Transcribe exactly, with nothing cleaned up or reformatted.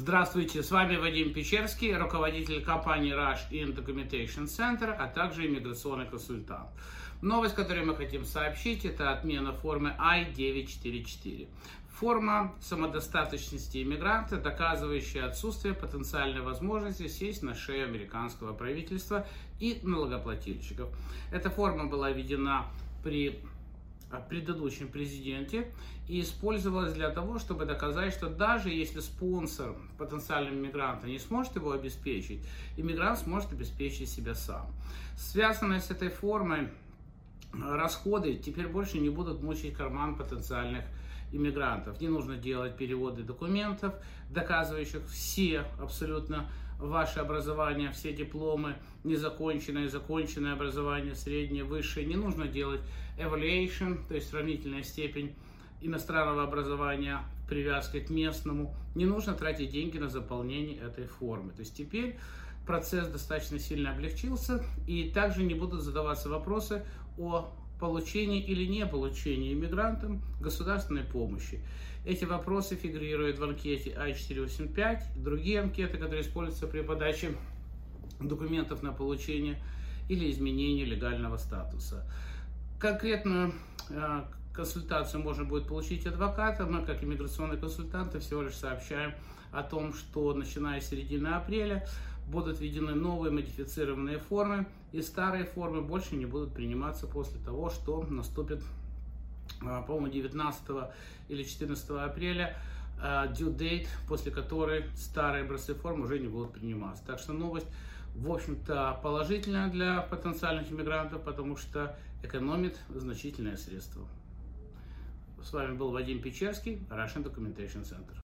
Здравствуйте, с вами Вадим Печерский, руководитель компании Rush In Documentation Center, а также иммиграционный консультант. Новость, которую мы хотим сообщить, это отмена формы ай девятьсот сорок четыре. Форма самодостаточности иммигранта, доказывающая отсутствие потенциальной возможности сесть на шею американского правительства и налогоплательщиков. Эта форма была введена при предыдущем президенте и использовалась для того, чтобы доказать, что даже если спонсор потенциального иммигранта не сможет его обеспечить, иммигрант сможет обеспечить себя сам. Связанные с этой формой расходы теперь больше не будут мучить карман потенциальных иммигрантов. Не нужно делать переводы документов, доказывающих все абсолютно ваше образование, все дипломы, незаконченное, законченное образование, среднее, высшее. Не нужно делать evaluation, то есть сравнительная степень иностранного образования в привязке к местному. Не нужно тратить деньги на заполнение этой формы. То есть теперь процесс достаточно сильно облегчился, и также не будут задаваться вопросы о получении или не получении иммигрантам государственной помощи. Эти вопросы фигурируют в анкете ай четыреста восемьдесят пять, другие анкеты, которые используются при подаче документов на получение или изменение легального статуса. Конкретную э, консультацию можно будет получить адвоката. Мы, как иммиграционные консультанты, всего лишь сообщаем о том, что начиная с середины апреля будут введены новые модифицированные формы, и старые формы больше не будут приниматься после того, что наступит, по-моему, девятнадцатого или четырнадцатого апреля due date, после которой старые образцы форм уже не будут приниматься. Так что новость, в общем-то, положительная для потенциальных иммигрантов, потому что экономит значительные средства. С вами был Вадим Печерский, Rush In Documentation Center.